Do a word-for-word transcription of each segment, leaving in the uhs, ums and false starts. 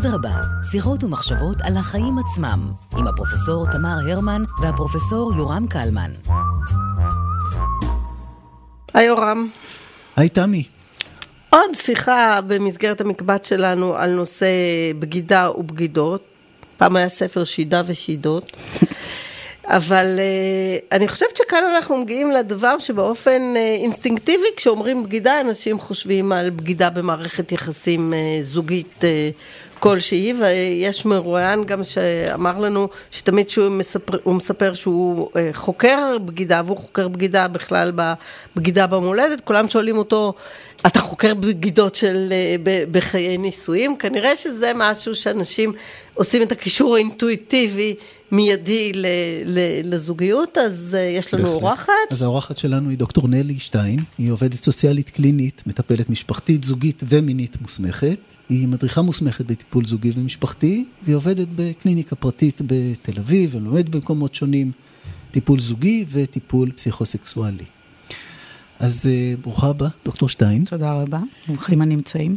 אדרבה, שיחות ומחשבות על החיים עצמם, עם הפרופסור תמר הרמן והפרופסור יורם קלמן. היי יורם. היי תמי. עוד שיחה במסגרת המקבץ שלנו על נושא בגידה ובגידות. פעם היה ספר שידה ושידות. אבל uh, אני חושבת שכאן אנחנו מגיעים לדבר שבאופן uh, אינסטינקטיבי, כשאומרים בגידה, אנשים חושבים על בגידה במערכת יחסים uh, זוגית uh, כלשהי, ויש מרואיין גם שאמר לנו שתמיד שהוא מספר, הוא מספר שהוא uh, חוקר בגידה, והוא חוקר בגידה בכלל בבגידה במולדת, כולם שואלים אותו, אתה חוקר בגידות של, uh, בחיי נישואים? כנראה שזה משהו שאנשים עושים את הקישור האינטואיטיבי, מיידי לזוגיות, אז יש לנו אורחת. אז האורחת שלנו היא דוקטור נלי שטיין, היא עובדת סוציאלית קלינית, מטפלת משפחתית, זוגית ומינית מוסמכת, היא מדריכה מוסמכת בטיפול זוגי ומשפחתי, והיא עובדת בקליניקה פרטית בתל אביב, ולומדת במקומות שונים, טיפול זוגי וטיפול פסיכוסקסואלי. אז ברוכה הבאה, דוקטור שטיין. תודה רבה, ברוכים הנמצאים.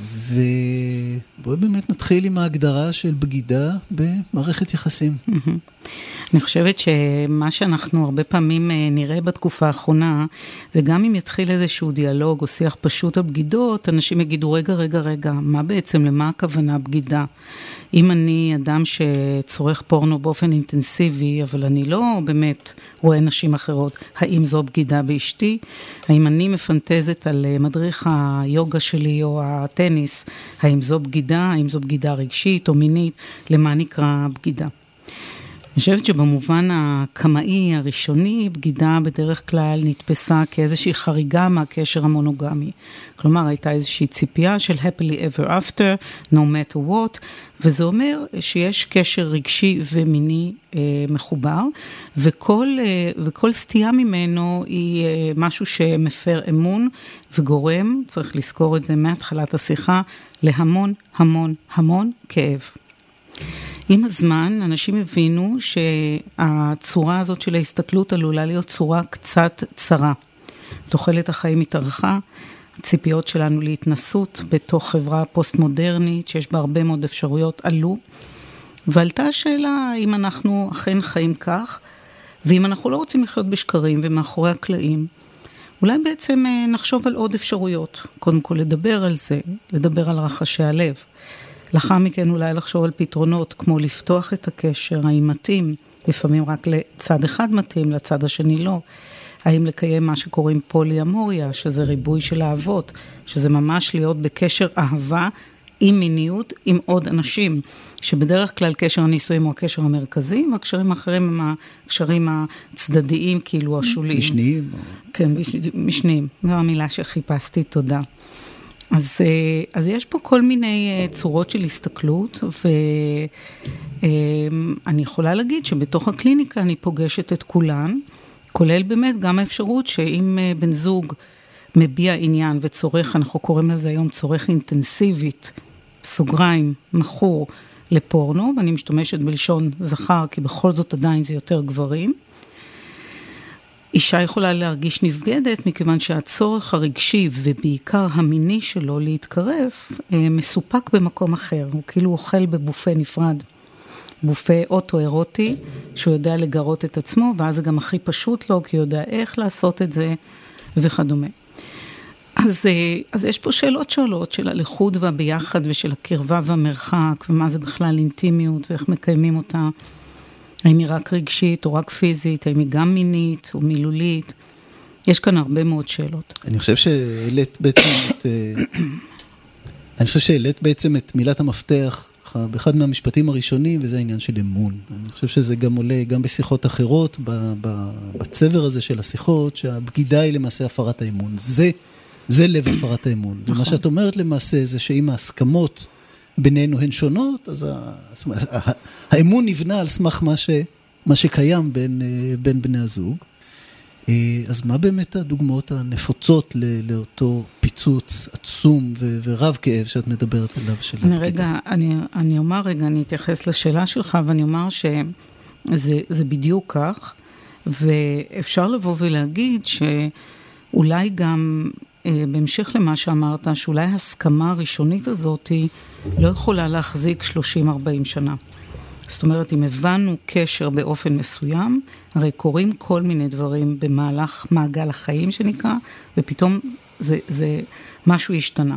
ובואי באמת נתחיל עם ההגדרה של בגידה במערכת יחסים. אני חושבת שמה שאנחנו הרבה פעמים נראה בתקופה האחרונה, זה גם אם יתחיל איזשהו דיאלוג או שיח פשוט על בגידות, אנשים יגידו, רגע, רגע, רגע, מה בעצם, למה הכוונה בגידה? אם אני אדם שצורך פורנו באופן אינטנסיבי, אבל אני לא באמת רואה נשים אחרות, האם זו בגידה באשתי? האם אני מפנטזת על מדריך היוגה שלי או הטניס, האם זו בגידה? האם זו בגידה רגשית או מינית? למה נקרא בגידה? אני חושבת שבמובן הקמאי הראשוני, בגידה בדרך כלל נתפסה כאיזושהי חריגה מהקשר המונוגמי. כלומר, הייתה איזושהי ציפייה של happily ever after, no matter what, וזה אומר שיש קשר רגשי ומיני אה, מחובר, וכל, אה, וכל סטייה ממנו היא אה, משהו שמפר אמון וגורם, צריך לזכור את זה מהתחלת השיחה, להמון המון המון כאב. עם הזמן, אנשים הבינו שהצורה הזאת של ההסתכלות עלולה להיות צורה קצת צרה. תוחלת החיים התארכה, הציפיות שלנו להתנסות בתוך חברה פוסט-מודרנית, שיש בה הרבה מאוד אפשרויות, עלו. ועלתה השאלה אם אנחנו אכן חיים כך, ואם אנחנו לא רוצים לחיות בשקרים ומאחורי הקלעים, אולי בעצם נחשוב על עוד אפשרויות. קודם כל לדבר על זה, לדבר על רחשי הלב. לאחר מכן אולי לחשוב על פתרונות, כמו לפתוח את הקשר, האם מתאים, לפעמים רק לצד אחד מתאים, לצד השני לא. האם לקיים מה שקוראים פוליאמוריה, שזה ריבוי של אהבות, שזה ממש להיות בקשר אהבה עם מיניות, עם עוד אנשים, שבדרך כלל קשר הנישואים הוא הקשר המרכזי, והקשרים האחרים הם הקשרים הצדדיים, כאילו השוליים. משניים? כן, משניים. זו המילה שחיפשתי, תודה. אז, אז יש פה כל מיני צורות של הסתכלות, ואני יכולה להגיד שבתוך הקליניקה אני פוגשת את כולן, כולל באמת גם האפשרות שאם בן זוג מביע עניין וצורך, אנחנו קוראים לזה היום צורך אינטנסיבית, סוגריים, מחור לפורנו, ואני משתמשת בלשון זכר, כי בכל זאת עדיין זה יותר גברים, אישה יכולה להרגיש נבגדת, מכיוון שהצורך הרגשי ובעיקר המיני שלו להתקרב, מסופק במקום אחר. הוא כאילו אוכל בבופה נפרד. בופה אוטו-אירוטי, שהוא יודע לגרות את עצמו, ואז זה גם הכי פשוט לו, כי הוא יודע איך לעשות את זה, וכדומה. אז, אז יש פה שאלות שעולות של הלכות והביחד, ושל הקרבה והמרחק, ומה זה בכלל אינטימיות, ואיך מקיימים אותה. האם היא רק רגשית או רק פיזית, האם היא גם מינית או מילולית. יש כאן הרבה מאוד שאלות. אני חושב שהעלית בעצם את, אני חושב שהעלית בעצם את מילת המפתח, באחד מהמשפטים הראשונים, וזה העניין של אמון. אני חושב שזה גם עולה, גם בשיחות אחרות, בצבר הזה של השיחות, שהבגידה היא למעשה הפרת האמון. זה, זה לב הפרת האמון. ומה שאת אומרת למעשה זה שאם ההסכמות בינינו הן שונות, אז האמון נבנה על סמך מה ש, מה שקיים בין, בין בני הזוג. אז מה באמת הדוגמאות הנפוצות לאותו פיצוץ עצום ורב כאב שאת מדברת עליו של הבגידה? רגע, אני, אני אומר רגע, אני אתייחס לשאלה שלך, ואני אומר שזה זה בדיוק כך, ואפשר לבוא ולהגיד שאולי גם בהמשך למה שאמרת, שאולי הסכמה הראשונית הזאת לא יכולה להחזיק שלושים ארבעים שנה. זאת אומרת, אם הבנו קשר באופן מסוים, הרי קורים כל מיני דברים במהלך מעגל החיים שנקרא, ופתאום זה, זה משהו השתנה.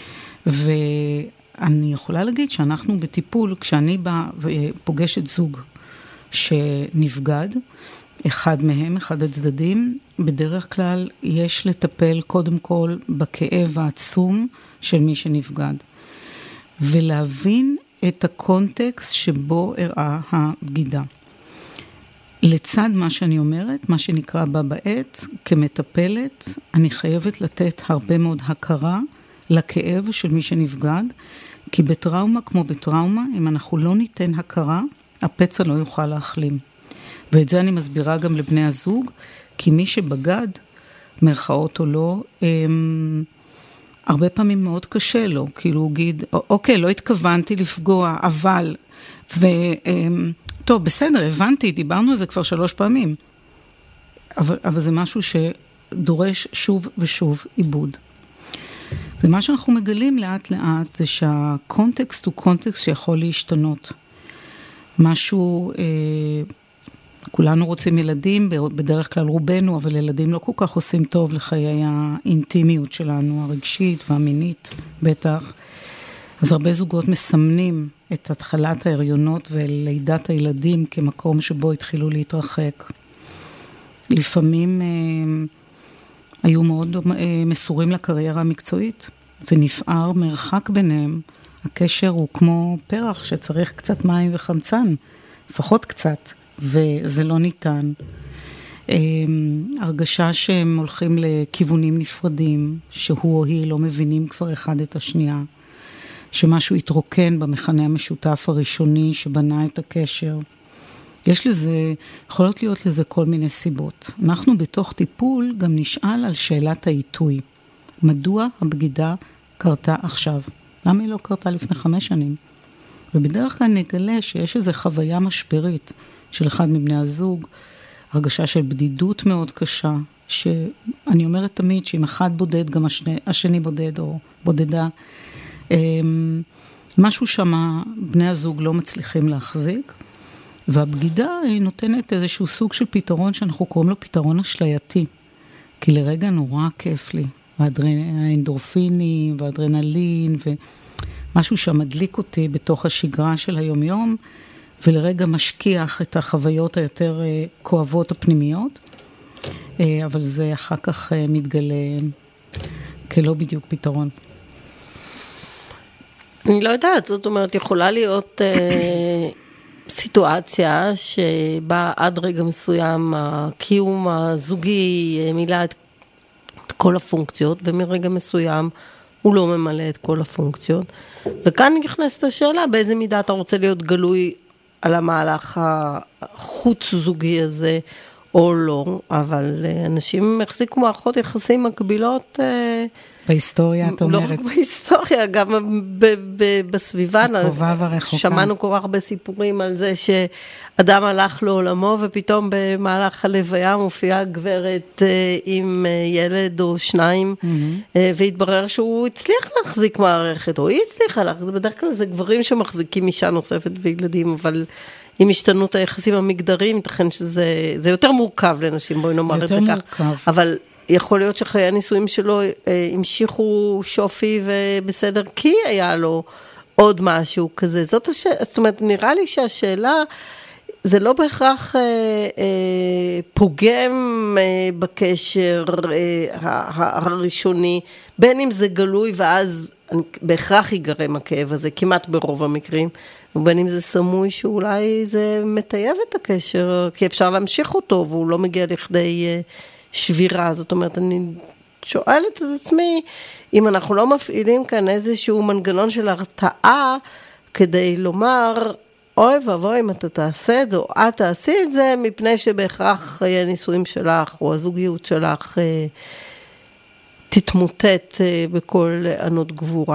ואני יכולה להגיד שאנחנו בטיפול, כשאני באה ופוגשת זוג שנפגד, אחד מהם, אחד הצדדים, בדרך כלל יש לטפל קודם כל בכאב העצום של מי שנפגד. ולהבין את הקונטקסט שבו הראה הבגידה. לצד מה שאני אומרת, מה שנקרא בה בעת, כמטפלת, אני חייבת לתת הרבה מאוד הכרה לכאב של מי שנפגד, כי בטראומה כמו בטראומה, אם אנחנו לא ניתן הכרה, הפצע לא יוכל להחלים. ואת זה אני מסבירה גם לבני הזוג, כי מי שבגד, מרכאות או לא, הם, הרבה פעמים מאוד קשה לו, כאילו הוא גיד, אוקיי, לא התכוונתי לפגוע, אבל, ו, הם, טוב, בסדר, הבנתי, דיברנו על זה כבר שלוש פעמים, אבל, אבל זה משהו שדורש שוב ושוב עיבוד. ומה שאנחנו מגלים לאט לאט, זה שהקונטקסט הוא קונטקסט שיכול להשתנות. משהו, אה, כולנו רוצים ילדים, בדרך כלל רובנו, אבל ילדים לא כל כך עושים טוב לחיי האינטימיות שלנו, הרגשית והמינית, בטח. אז הרבה זוגות מסמנים את התחלת ההריונות ולידת הילדים כמקום שבו התחילו להתרחק. לפעמים אה, היו מאוד אה, מסורים לקריירה המקצועית, ונפער מרחק ביניהם. הקשר הוא כמו פרח שצריך קצת מים וחמצן, לפחות קצת. וזה לא ניתן. הרגשה שהם הולכים לכיוונים נפרדים, שהוא או היא לא מבינים כבר אחד את השנייה, שמשהו יתרוקן במכנה המשותף הראשוני שבנה את הקשר. יש לזה, יכולות להיות לזה כל מיני סיבות. אנחנו בתוך טיפול גם נשאל על שאלת העיתוי. מדוע הבגידה קרתה עכשיו? למה היא לא קרתה לפני חמש שנים? ובדרך כלל נגלה שיש איזו חוויה משברית, של אחד מבני הזוג, הרגשה של בדידות מאוד קשה, שאני אומרת תמיד שאם אחד בודד, גם השני, השני בודד או בודדה, משהו שמה בני הזוג לא מצליחים להחזיק, והבגידה היא נותנת איזשהו סוג של פתרון שאנחנו קוראים לו פתרון אשלייתי, כי לרגע נורא כיף לי, האנדורפינים והאדרנלין, ומשהו שמדליק אותי בתוך השגרה של היום-יום, ולרגע משכיח את החוויות היותר כואבות הפנימיות, אבל זה אחר כך מתגלה כלא בדיוק פתרון. אני לא יודעת, זאת אומרת, יכולה להיות אה, סיטואציה שבה עד רגע מסוים הקיום הזוגי מילא את כל הפונקציות, ומרגע מסוים הוא לא ממלא את כל הפונקציות. וכאן נכנסת השאלה, באיזה מידה אתה רוצה להיות גלוי על המהלך החוץ זוגי הזה או לא, אבל אנשים החזיקו מערכות יחסים מקבילות. בהיסטוריה, את אומרת. לא רק בהיסטוריה, גם בסביבה. הקרובה והרחוקה. שמענו כל כך הרבה סיפורים על זה שאדם הלך לעולמו, ופתאום במהלך הלוויה מופיעה גברת עם ילד או שניים, והתברר שהוא הצליח להחזיק מערכת, או היא הצליחה להחזיק, בדרך כלל זה גברים שמחזיקים אישה נוספת וילדים, אבל עם השתנות היחסים המגדריים, ייתכן שזה זה יותר מורכב לנשים, בואי נאמר את זה כך. זה יותר מורכב. אבל יכול להיות שחיי הנישואים שלו המשיכו שופי ובסדר, כי היה לו עוד משהו כזה. זאת השאלה, זאת אומרת, נראה לי שהשאלה, זה לא בהכרח אה, אה, פוגם אה, בקשר אה, הראשוני, בין אם זה גלוי ואז בהכרח ייגרם הכאב הזה, כמעט ברוב המקרים, ובין אם זה סמוי שאולי זה מטייב את הקשר, כי אפשר להמשיך אותו והוא לא מגיע לכדי אה, שבירה. זאת אומרת, אני שואלת את עצמי, אם אנחנו לא מפעילים כאן איזשהו מנגנון של הרתעה, כדי לומר, אוי ואבוי אם אתה תעשה את זה, או את תעשי את זה, מפני שבהכרח הנישואים שלך, או הזוגיות שלך, תתמוטט בכל ענות גבורה.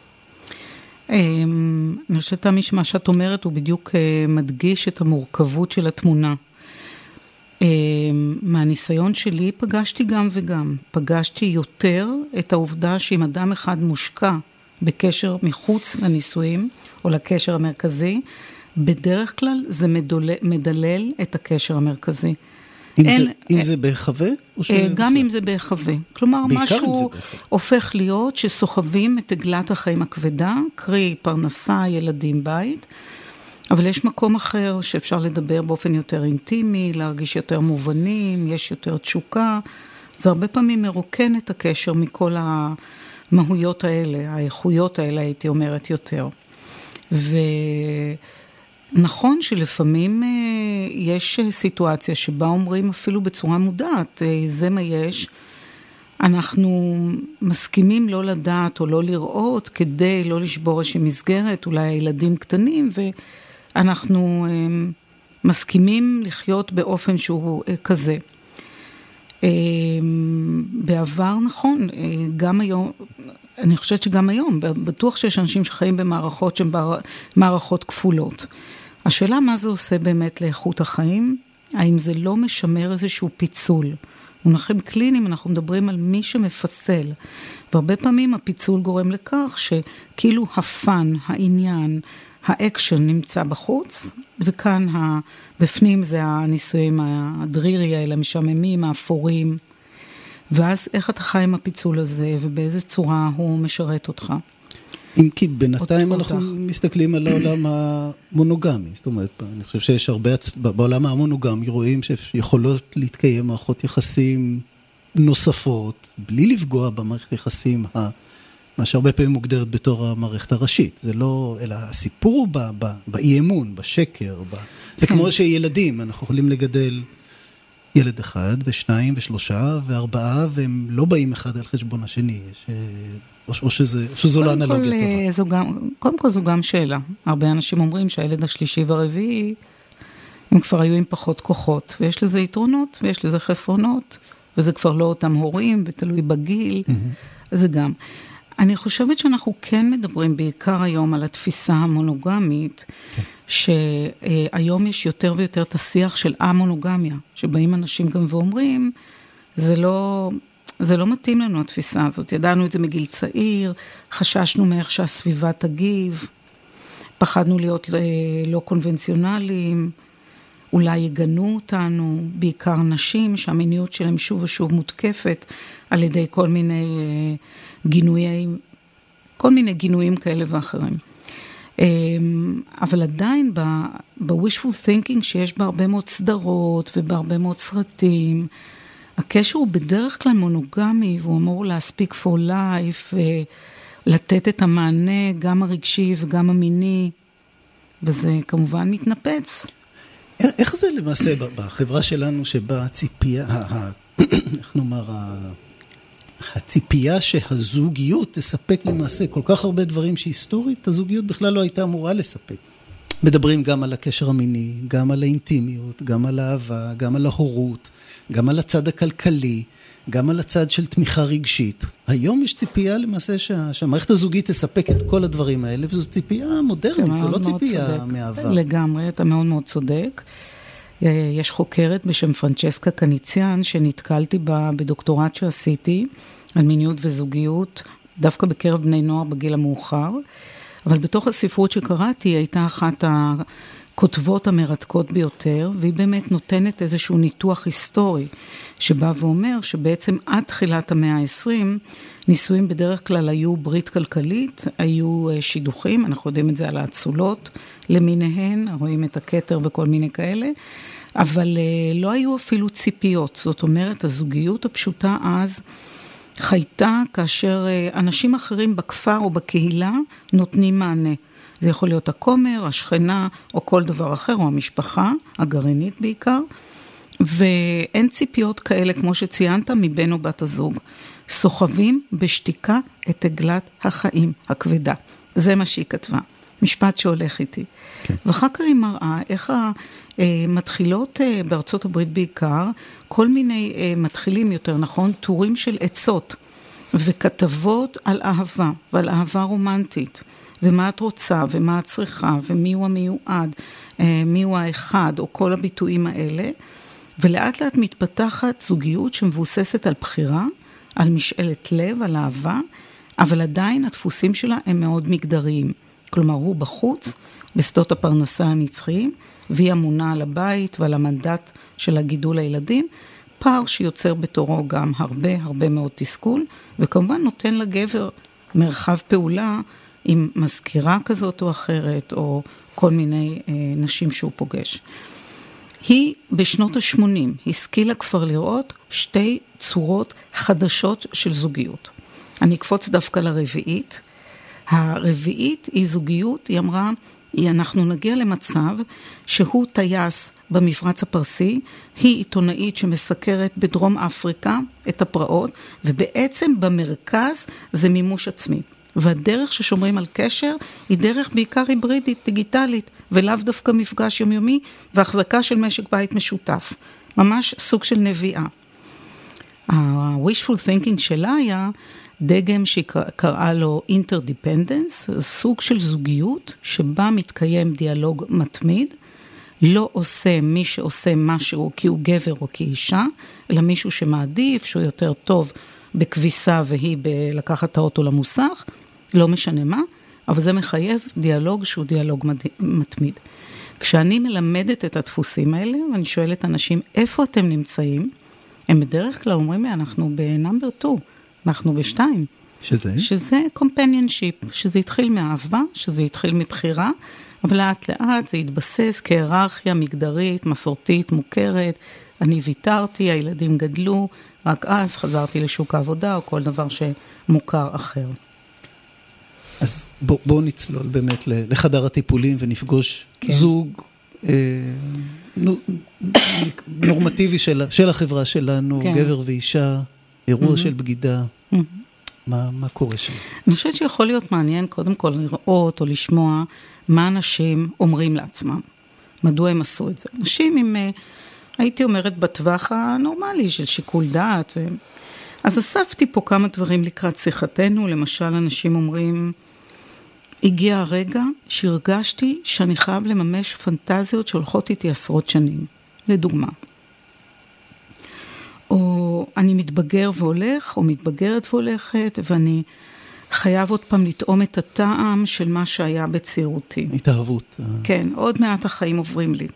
אני חושבת מה שאת אומרת, הוא בדיוק מדגיש את המורכבות של התמונה. מהניסיון שלי פגשתי גם וגם. פגשתי יותר את העובדה שאם אדם אחד מושקע בקשר מחוץ לנישואים, או לקשר המרכזי, בדרך כלל זה מדולל, מדלל את הקשר המרכזי. אם, אין, זה, אם זה בהחווה? גם אם זה בהחווה. כלומר, משהו הופך להיות שסוחבים את עגלת החיים הכבדה, קרי פרנסה, ילדים, בית, אבל יש מקום אחר שאפשר לדבר באופן יותר אינטימי, להרגיש יותר מובנים, יש יותר תשוקה. זה הרבה פעמים מרוקן את הקשר מכל המהויות האלה, האיכויות האלה, הייתי אומרת יותר. ונכון שלפעמים יש סיטואציה שבה אומרים אפילו בצורה מודעת, זה מה יש, אנחנו מסכימים לא לדעת או לא לראות כדי לא לשבור איזושהי מסגרת, אולי הילדים קטנים, ואנחנו מסכימים לחיות באופן שהוא כזה. בעבר נכון, גם היום, אני חושבת שגם היום, בטוח שיש אנשים שחיים במערכות שהן מערכות כפולות. השאלה מה זה עושה באמת לאיכות החיים, האם זה לא משמר איזשהו פיצול. מונחים קליניים, אנחנו מדברים על מי שמפצל, והרבה פעמים הפיצול גורם לכך שכאילו הפן, העניין, האקשן נמצא בחוץ, וכאן בפנים זה הניסויים הדרירי האלה, המשעממים, האפורים, ואז איך אתה חי עם הפיצול הזה, ובאיזה צורה הוא משרת אותך. אם כי בינתיים אנחנו מסתכלים על העולם המונוגמי, זאת אומרת, אני חושב שיש הרבה, בעולם המונוגמי רואים שיכולות להתקיים מערכות יחסים נוספות, בלי לפגוע במערכת יחסים, מה שהרבה פעמים מוגדרת בתור המערכת הראשית, זה לא, אלא הסיפור הוא באי אמון, בשקר, זה כמו שילדים, אנחנו יכולים לגדל ילד אחד, ושניים, ושלושה, וארבעה, והם לא באים אחד על חשבון השני, או, או, שזה, או שזו לא אנלוגיה טובה. זו גם, קודם כל זו גם שאלה. הרבה אנשים אומרים שהילד השלישי והרביעי, הם כבר היו עם פחות כוחות, ויש לזה יתרונות, ויש לזה חסרונות, וזה כבר לא אותם הורים, ותלוי בגיל, mm-hmm. זה גם. אני חושבת שאנחנו כן מדברים בעיקר היום על התפיסה המונוגמית, כן. שהיום יש יותר ויותר את השיח של המונוגמיה, שבאים אנשים גם ואומרים, זה לא, זה לא מתאים לנו התפיסה הזאת, ידענו את זה מגיל צעיר, חששנו מאיך שהסביבה תגיב, פחדנו להיות לא קונבנציונליים, אולי יגנו אותנו, בעיקר נשים, שהמיניות שלהם שוב ושוב מותקפת, על ידי כל מיני גינויים, כל מיני גינויים כאלה ואחרים. אבל עדיין ב-wishful thinking שיש בה הרבה מאוד סדרות ובהרבה מאוד סרטים, הקשר הוא בדרך כלל מונוגמי, והוא אמור להספיק for life, ולתת את המענה גם הרגשי וגם המיני, וזה כמובן מתנפץ. איך זה למעשה בחברה שלנו שבה הציפייה, איך נאמר, הציפייה שהזוגיות תספק למעשה כל כך הרבה דברים שהיסטורית הזוגיות בכלל לא הייתה אמורה לספק. מדברים גם על הקשר המיני, גם על האינטימיות, גם על האהבה, גם על ההורות, גם על הצד הכלכלי, גם על הצד של תמיכה רגשית. היום יש ציפייה למעשה שה, שהמערכת הזוגית תספק את כל הדברים האלה, וזו ציפייה מודרנית, זו לא ציפייה מהעבר. לגמרי, אתה מאוד מאוד צודק. יש חוקרת בשם פרנצ'סקה קניציאן, שנתקלתי בה בדוקטורט שעשיתי, על מיניות וזוגיות, דווקא בקרב בני נוער בגיל המאוחר, אבל בתוך הספרות שקראתי, הייתה אחת הכותבות המרתקות ביותר, והיא באמת נותנת איזשהו ניתוח היסטורי, שבא ואומר שבעצם עד תחילת המאה ה-עשרים, נישואים בדרך כלל היו ברית כלכלית, היו שידוכים, אנחנו יודעים את זה על האצולות למיניהן, רואים את הכתר וכל מיני כאלה, אבל לא היו אפילו ציפיות, זאת אומרת, הזוגיות הפשוטה אז חייתה כאשר אנשים אחרים בכפר או בקהילה נותנים מענה. זה יכול להיות הכומר, השכנה או כל דבר אחר, או המשפחה, הגרעינית בעיקר, ואין ציפיות כאלה כמו שציינת מבן או בת הזוג. סוחבים בשתיקה את עגלת החיים הכבדה. זה מה שהיא כתבה. משפט שהולך איתי. כן. ואחר כך היא מראה איך המתחילות בארצות הברית בעיקר, כל מיני מתחילים יותר נכון, טורים של עצות וכתבות על אהבה ועל אהבה רומנטית. ומה את רוצה ומה את צריכה ומי הוא המיועד, מי הוא האחד או כל הביטויים האלה. ולאט לאט מתפתחת זוגיות שמבוססת על בחירה, על משאלת לב, על אהבה, אבל עדיין הדפוסים שלה הם מאוד מגדריים. כלומר, הוא בחוץ, בשדות הפרנסה הנצחיים, והיא אמונה על הבית ועל המנדט של הגידול הילדים, פער שיוצר בתורו גם הרבה הרבה מאוד תסכול, וכמובן נותן לגבר מרחב פעולה עם מזכירה כזאת או אחרת, או כל מיני אה, נשים שהוא פוגש. היא בשנות ה-שמונים השכילה כבר לראות שתי צורות חדשות של זוגיות. אני אקפוץ דווקא לרביעית. הרביעית היא זוגיות, היא אמרה, אנחנו נגיע למצב שהוא טייס במפרץ הפרסי, היא עיתונאית שמסקרת בדרום אפריקה את הפרעות, ובעצם במרכז זה מימוש עצמי. והדרך ששומרים על קשר היא דרך בעיקר היברידית, דיגיטלית, ולאו דווקא מפגש יומיומי, והחזקה של משק בית משותף. ממש סוג של נביאה. ה-wishful thinking שלה היה דגם שקראה לו interdependence, סוג של זוגיות שבה מתקיים דיאלוג מתמיד, לא עושה מי שעושה משהו כי הוא גבר או כי אישה, אלא מישהו שמעדיף, שהוא יותר טוב בכביסה והיא בלקחת האוטו למוסך, לא משנה מה, אבל זה מחייב דיאלוג שהוא דיאלוג מתמיד. כשאני מלמדת את הדפוסים האלה, ואני שואלת אנשים, איפה אתם נמצאים? הם בדרך כלל אומרים לי, אנחנו בנאמבר שתיים, אנחנו בשתיים. שזה? שזה companionship, שזה התחיל מאהבה, שזה התחיל מבחירה, אבל לאט לאט זה התבסס כהיררכיה מגדרית, מסורתית, מוכרת. אני ויתרתי, הילדים גדלו, רק אז חזרתי לשוק העבודה או כל דבר שמוכר אחר. אז בואו בוא נצלול באמת לחדר הטיפולים ונפגוש כן. זוג אה, נו, נורמטיבי של, של החברה שלנו, כן. גבר ואישה, אירוע mm-hmm. של בגידה. Mm-hmm. מה, מה קורה שם? אני חושבת שיכול להיות מעניין קודם כל לראות או לשמוע מה אנשים אומרים לעצמם. מדוע הם עשו את זה. אנשים עם, הייתי אומרת, בטווח הנורמלי של שיקול דעת. ו... אז אספתי פה כמה דברים לקראת שיחתנו. למשל, אנשים אומרים, הגיע הרגע שהרגשתי שאני חייב לממש פנטזיות שהולכות איתי עשרות שנים. לדוגמה. או אני מתבגר והולך, או מתבגרת והולכת, ואני חייב עוד פעם לטעום את הטעם של מה שהיה בצעירותי. התאהבות. כן, עוד מעט החיים עוברים לי.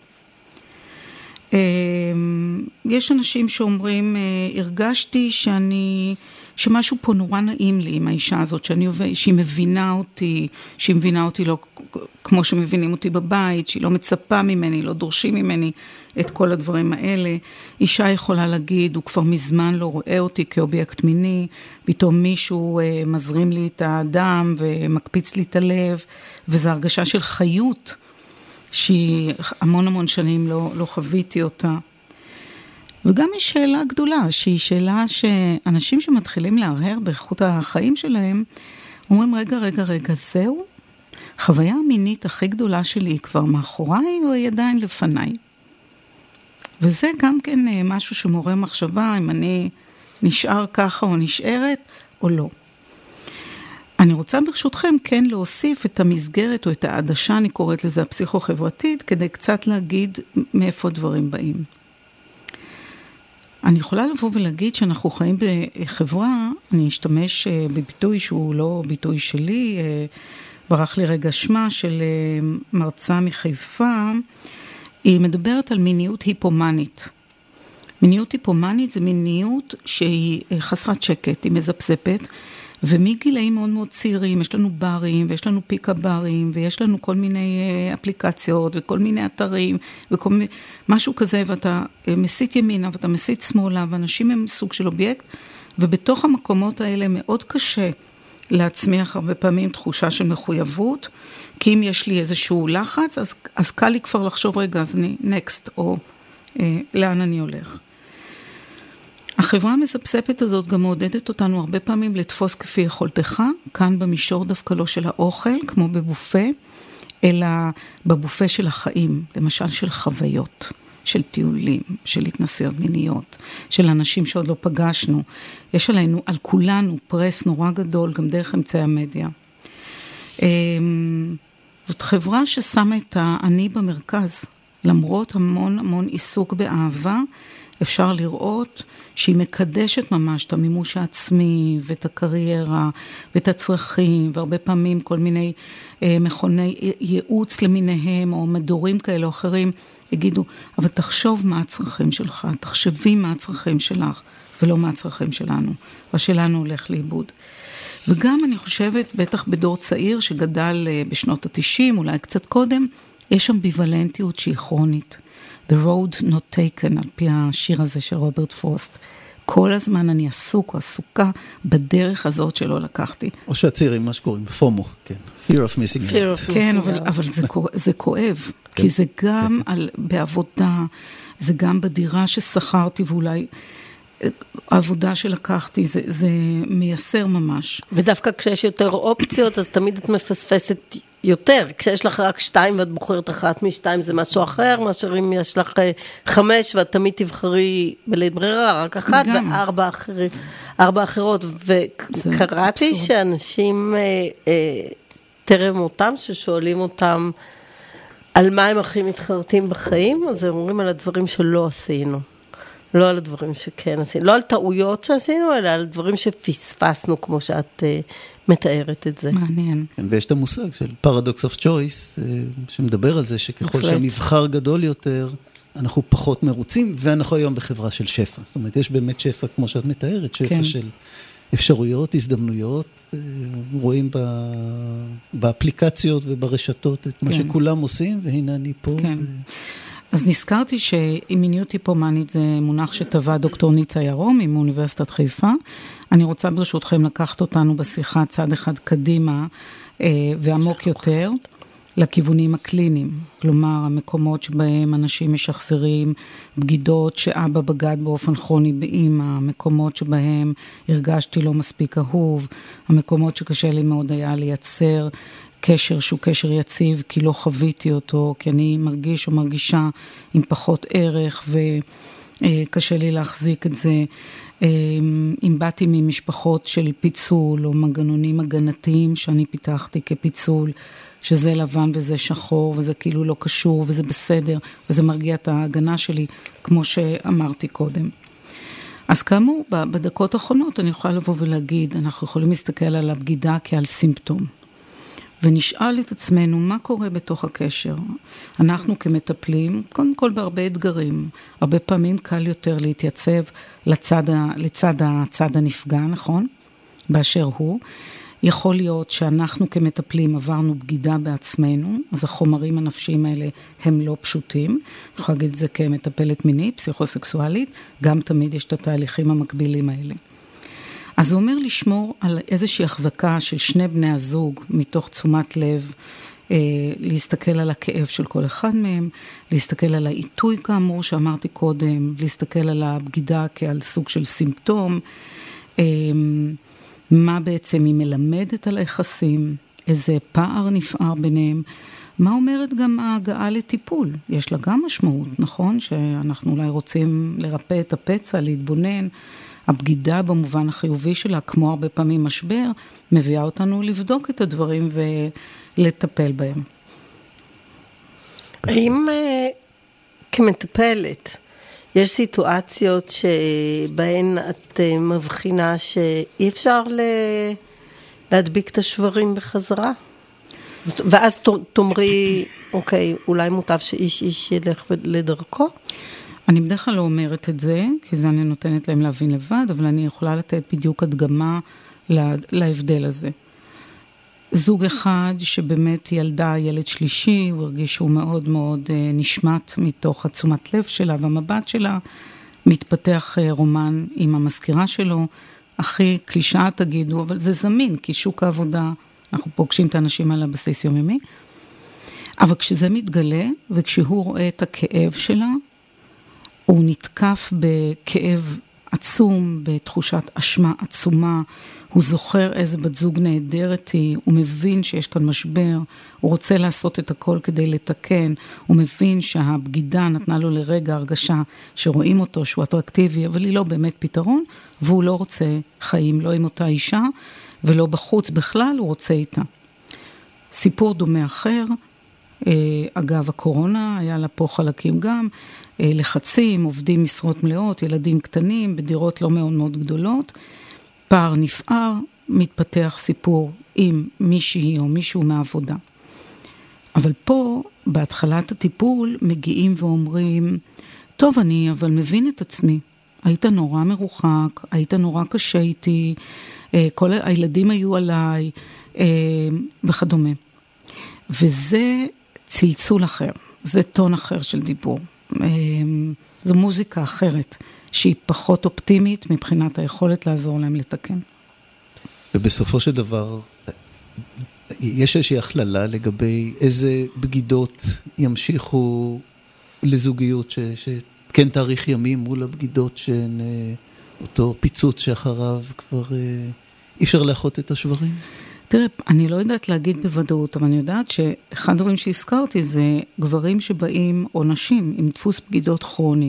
יש אנשים שאומרים, הרגשתי שאני, שמשהו פה נורא נעים לי עם האישה הזאת, שאני, שהיא מבינה אותי, שהיא מבינה אותי לא כמו שמבינים אותי בבית, שהיא לא מצפה ממני, לא דורשים ממני את כל הדברים האלה. אישה יכולה להגיד, הוא כבר מזמן לא רואה אותי כאובייקט מיני, פתאום מישהו אה, מזרים לי את האדם ומקפיץ לי את הלב, וזו הרגשה של חיות, שהיא המון המון שנים לא, לא חוויתי אותה. וגם יש שאלה גדולה, שהיא שאלה שאנשים שמתחילים להרהר באיכות החיים שלהם, אומרים, רגע, רגע, רגע, זהו? חוויה המינית הכי גדולה שלי היא כבר מאחוריי, או היא עדיין לפניי? וזה גם כן משהו שמורה מחשבה, אם אני נשאר ככה או נשארת, או לא. אני רוצה ברשותכם כן להוסיף את המסגרת, או את העדשה, אני קוראת לזה הפסיכו-חברתית, כדי קצת להגיד מאיפה דברים באים. אני יכולה לבוא ולהגיד שאנחנו חיים בחברה, אני אשתמש בביטוי שהוא לא ביטוי שלי, ברח לי רגע שמה של מרצה מחיפה, היא מדברת על מיניות היפומנית. מיניות היפומנית זה מיניות שהיא חסרת שקט, היא מזפזפת, ומגילאים מאוד מאוד צעירים, יש לנו ברים, ויש לנו פיקה ברים, ויש לנו כל מיני אפליקציות, וכל מיני אתרים, וכל מיני, משהו כזה, ואתה מסית ימינה, ואתה מסית שמאלה, ואנשים הם סוג של אובייקט, ובתוך המקומות האלה מאוד קשה להצמיח הרבה פעמים תחושה של מחויבות, כי אם יש לי איזשהו לחץ, אז, אז קל לי כבר לחשוב, רגע, אז אני נקסט, או אה, לאן אני הולך. החברה המספספת הזאת גם מעודדת אותנו הרבה פעמים לתפוס כפי יכולתך, כאן במישור דווקא לא של האוכל, כמו בבופה, אלא בבופה של החיים, למשל של חוויות, של טיולים, של התנסויות מיניות, של אנשים שעוד לא פגשנו. יש עלינו, על כולנו, פרס נורא גדול, גם דרך אמצעי המדיה. זאת חברה ששמה את האני במרכז, למרות המון המון עיסוק באהבה, אפשר לראות שהיא מקדשת ממש את המימוש העצמי ואת הקריירה ואת הצרכים, והרבה פעמים כל מיני אה, מכוני ייעוץ למיניהם או מדורים כאלה או אחרים יגידו, אבל תחשוב מה הצרכים שלך, תחשבי מה הצרכים שלך ולא מה הצרכים שלנו, והשלנו הולך לאיבוד. וגם אני חושבת, בטח בדור צעיר שגדל אה, בשנות ה-תשעים, אולי קצת קודם, יש אמביוולנטיות שהיא כרונית. The road not taken, על פי השיר הזה של רוברט פרוסט. כל הזמן אני עסוק או עסוקה בדרך הזאת שלא לקחתי. או שהצעירים, מה שקוראים, פומו, כן. Fear of missing out. כן, אבל, אבל זה, זה כואב, כן. כי זה גם כן. על, בעבודה, זה גם בדירה ששכרתי ואולי העבודה שלקחתי, זה, זה מייסר ממש. ודווקא כשיש יותר אופציות, אז תמיד את מפספסת יותר. כשיש לך רק שתיים ואת בוחרת אחת משתיים, זה משהו אחר, מאשר אם יש לך חמש ואת תמיד תבחרי בלית ברירה, רק אחת גם. וארבע אחרי, ארבע אחרות. וקראתי אבסורד. שאנשים אה, אה, טרם אותם, ששואלים אותם על מה הם הכי מתחרטים בחיים, אז הם אומרים על הדברים שלא עשינו. לא על הדברים שכן עשינו, לא על טעויות שעשינו, אלא על דברים שפספסנו, כמו שאת uh, מתארת את זה. מעניין. כן, ויש את המושג של פרדוקס אוף צ'ויס, שמדבר על זה שככל שהמבחר גדול יותר, אנחנו פחות מרוצים, ואנחנו היום בחברה של שפע. זאת אומרת, יש באמת שפע, כמו שאת מתארת, שפע כן. של אפשרויות, הזדמנויות, רואים ב... באפליקציות וברשתות את כן. מה שכולם עושים, והנה אני פה. כן. ו... אז נזכרתי שמיניות היפומנית זה מונח שטבע דוקטור ניצה ירום מאוניברסיטת חיפה. אני רוצה ברשותכם לקחת אותנו בשיחה צד אחד קדימה ועמוק יותר לכיוונים הקליניים. כלומר, המקומות שבהם אנשים משחזרים בגידות שאבא בגד באופן כרוני באמא, המקומות שבהם הרגשתי לא מספיק אהוב, המקומות שקשה לי מאוד היה לייצר קשר שהוא קשר יציב, כי לא חוויתי אותו, כי אני מרגיש או מרגישה עם פחות ערך, וקשה לי להחזיק את זה. אם באתי ממשפחות של פיצול, או מנגנונים הגנתיים שאני פיתחתי כפיצול, שזה לבן וזה שחור, וזה כאילו לא קשור, וזה בסדר, וזה מרגיע את ההגנה שלי, כמו שאמרתי קודם. אז כאמור, בדקות האחרונות אני יכולה לבוא ולהגיד, אנחנו יכולים להסתכל על הבגידה כעל סימפטום. ונשאל את עצמנו מה קורה בתוך הקשר. אנחנו כמטפלים, קודם כל בהרבה אתגרים, הרבה פעמים קל יותר להתייצב לצד, לצד הצד הנפגע, נכון? באשר הוא. יכול להיות שאנחנו כמטפלים עברנו בגידה בעצמנו, אז החומרים הנפשיים האלה הם לא פשוטים. אני יכולה להגיד את זה כמטפלת מינית, פסיכוסקסואלית, גם תמיד יש את התהליכים המקבילים האלה. אז הוא אומר לשמור על איזושהי החזקה של שני בני הזוג, מתוך תשומת לב, אה, להסתכל על הכאב של כל אחד מהם, להסתכל על העיתוי כאמור שאמרתי קודם, להסתכל על הבגידה כעל סוג של סימפטום, אה, מה בעצם היא מלמדת על היחסים, איזה פער נפער ביניהם, מה אומרת גם ההגעה לטיפול? יש לה גם משמעות, נכון? שאנחנו אולי רוצים לרפא את הפצע, להתבונן, הבגידה במובן החיובי שלה, כמו הרבה פעמים משבר, מביאה אותנו לבדוק את הדברים ולטפל בהם. האם כמטפלת, יש סיטואציות שבהן את מבחינה שאי אפשר להדביק את השברים בחזרה? ואז תאמרי, אוקיי, אולי מוטב שאיש איש ילך לדרכו? אני בדרך כלל לא אומרת את זה, כי זה אני נותנת להם להבין לבד, אבל אני יכולה לתת בדיוק הדגמה להבדל הזה. זוג אחד שבאמת ילדה ילד שלישי, הוא הרגיש שהוא מאוד מאוד נשמט מתוך התשומת לב שלה, והמבט שלה מתפתח רומן עם המזכירה שלו, הכי קלישאה תגידו, אבל זה זמין, כי שוק העבודה, אנחנו פוגשים את האנשים על הבסיס יומיומי, אבל כשזה מתגלה, וכשהוא רואה את הכאב שלה, הוא נתקף בכאב עצום, בתחושת אשמה עצומה, הוא זוכר איזה בת זוג נהדרת היא, הוא מבין שיש כאן משבר, הוא רוצה לעשות את הכל כדי לתקן, הוא מבין שהבגידה נתנה לו לרגע הרגשה שרואים אותו, שהוא אטרקטיבי, אבל היא לא באמת פתרון, והוא לא רוצה חיים, לא עם אותה אישה, ולא בחוץ בכלל, הוא רוצה איתה. סיפור דומה אחר, אגב, הקורונה היה לה פה חלקים גם, לחצים, עובדים משרות מלאות, ילדים קטנים, בדירות לא מאוד מאוד גדולות, פער נפער, מתפתח סיפור עם מישהי או מישהו מהעבודה. אבל פה, בהתחלת הטיפול, מגיעים ואומרים, טוב, אני אבל מבין את עצמי. היית נורא מרוחק, היית נורא קשה איתי, כל הילדים היו עליי, וכדומה. וזה צלצול אחר, זה טון אחר של דיבור. זו מוזיקה אחרת, שהיא פחות אופטימית מבחינת היכולת לעזור להם לתקן. ובסופו של דבר, יש איזושהי הכללה לגבי איזה בגידות ימשיכו לזוגיות, ש, שכן תאריך ימים מול הבגידות שהן אותו פיצוץ שאחריו כבר אי אפשר לאחות את השברים? תראה, אני לא יודעת להגיד בוודאות, אבל אני יודעת שאחד הדברים שהזכרתי זה גברים שבאים או נשים עם דפוס בגידות כרוני.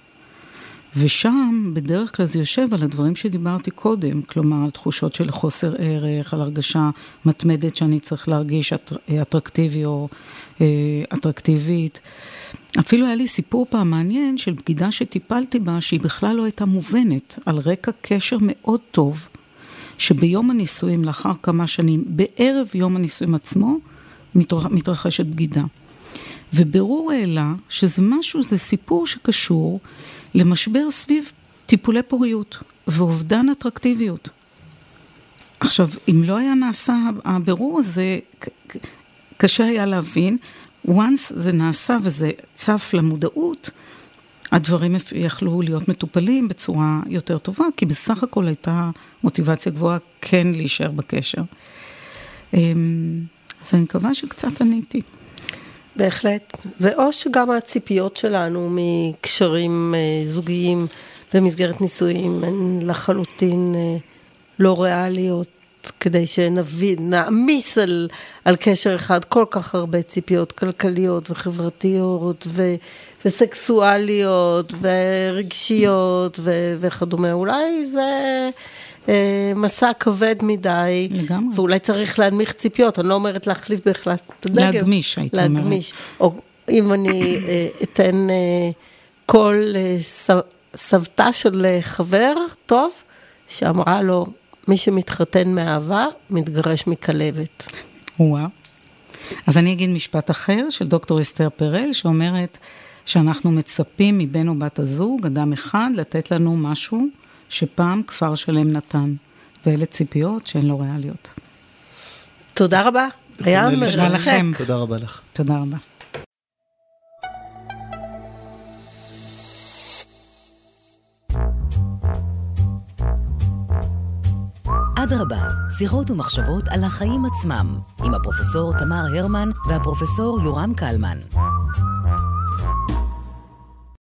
ושם בדרך כלל זה יושב על הדברים שדיברתי קודם, כלומר על תחושות של חוסר ערך, על הרגשה מתמדת שאני צריך להרגיש אטרקטיבי או אטרקטיבית. אפילו היה לי סיפור פעם מעניין של בגידה שטיפלתי בה, שהיא בכלל לא הייתה מובנת, על רקע קשר מאוד טוב, שביום הנישואים, לאחר כמה שנים, בערב יום הנישואים עצמו, מתרחשת בגידה. וברור העלה שזה משהו, זה סיפור שקשור למשבר סביב טיפולי פוריות ואובדן אטרקטיביות. עכשיו, אם לא היה נעשה הבירור הזה, קשה היה להבין, once זה נעשה וזה צף למודעות, הדברים יכלו להיות מטופלים בצורה יותר טובה, כי בסך הכל הייתה מוטיבציה גבוהה כן להישאר בקשר. אז אני מקווה שקצת עניתי. בהחלט. ואו שגם הציפיות שלנו מקשרים זוגיים במסגרת נישואים הן לחלוטין לא ריאליות, כדי שנבין, נעמיס על, על קשר אחד כל כך הרבה ציפיות כלכליות וחברתיות ו, וסקסואליות ורגשיות ו, וכדומה. אולי זה אה, מסע כבד מדי. לגמרי. ואולי צריך להנמיך ציפיות. אני לא אומרת להחליף בכלל. להגמיש, הייתי אומרת. להגמיש. או אם אני אה, אתן אה, כל אה, סבתא של חבר טוב, שאמרה לו, מי שמתחתן מאהבה, מתגרש מכלבת. וואו. אז אני אגיד משפט אחר של דוקטור אסתר פרל, שאומרת שאנחנו מצפים מבן או בת הזוג, אדם אחד, לתת לנו משהו שפעם כפר שלם נתן. ואלה ציפיות שהן לא ריאליות. תודה רבה. היה תודה לכם. תודה רבה לך. תודה רבה. אדרבה, שיחות ומחשבות על החיים עצמם, עם הפרופסור תמר הרמן והפרופסור יורם קלמן.